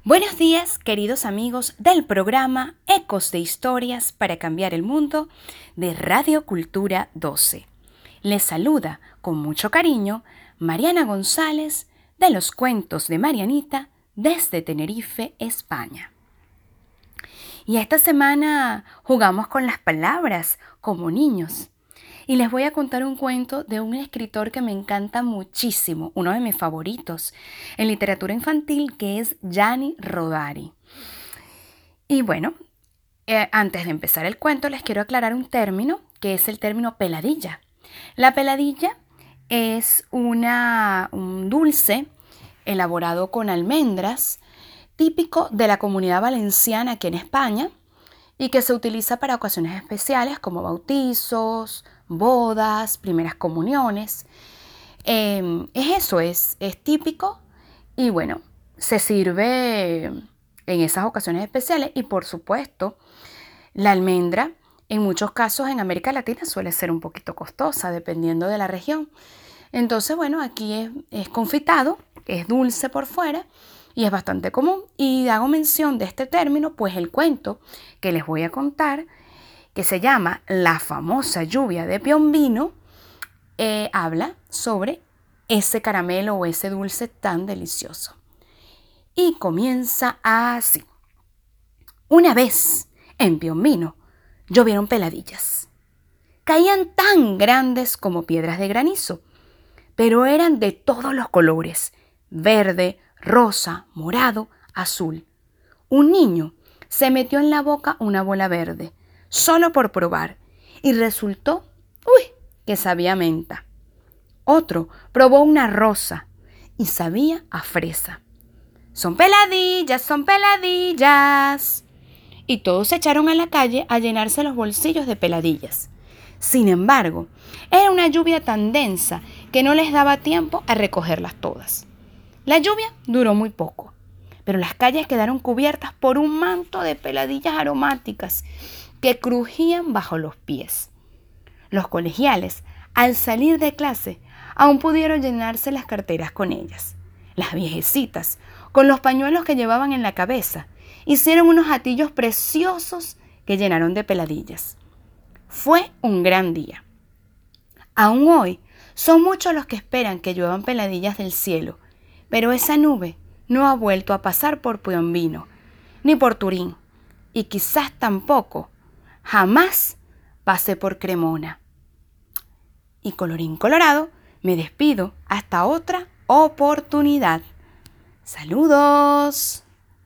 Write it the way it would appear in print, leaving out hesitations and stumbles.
Buenos días, queridos amigos del programa Ecos de Historias para Cambiar el Mundo de Radio Cultura 12. Les saluda con mucho cariño Mariana González de los Cuentos de Marianita desde Tenerife, España. Y esta semana jugamos con las palabras como niños. Y les voy a contar un cuento de un escritor que me encanta muchísimo, uno de mis favoritos en literatura infantil, que es Gianni Rodari. Y bueno, antes de empezar el cuento les quiero aclarar un término, que es el término peladilla. La peladilla es un dulce elaborado con almendras, típico de la Comunidad Valenciana aquí en España, y que se utiliza para ocasiones especiales como bautizos, bodas, primeras comuniones. Es típico y bueno, se sirve en esas ocasiones especiales y por supuesto la almendra en muchos casos en América Latina suele ser un poquito costosa dependiendo de la región. Entonces bueno, aquí es confitado, es dulce por fuera y es bastante común. Y hago mención de este término, pues el cuento que les voy a contar, que se llama La famosa lluvia de Piombino, habla sobre ese caramelo o ese dulce tan delicioso. Y comienza así. Una vez, en Piombino, llovieron peladillas. Caían tan grandes como piedras de granizo, pero eran de todos los colores: verde, rosa, morado, azul. Un niño se metió en la boca una bola verde, solo por probar, y resultó, que sabía a menta. Otro probó una rosa y sabía a fresa. Son peladillas, son peladillas. Y todos se echaron a la calle a llenarse los bolsillos de peladillas. Sin embargo, era una lluvia tan densa que no les daba tiempo a recogerlas todas. La lluvia duró muy poco, pero las calles quedaron cubiertas por un manto de peladillas aromáticas que crujían bajo los pies. Los colegiales, al salir de clase, aún pudieron llenarse las carteras con ellas. Las viejecitas, con los pañuelos que llevaban en la cabeza, hicieron unos hatillos preciosos que llenaron de peladillas. Fue un gran día. Aún hoy, son muchos los que esperan que lluevan peladillas del cielo, pero esa nube no ha vuelto a pasar por Piombino, ni por Turín, y quizás tampoco, jamás pase por Cremona. Y colorín colorado, me despido hasta otra oportunidad. ¡Saludos!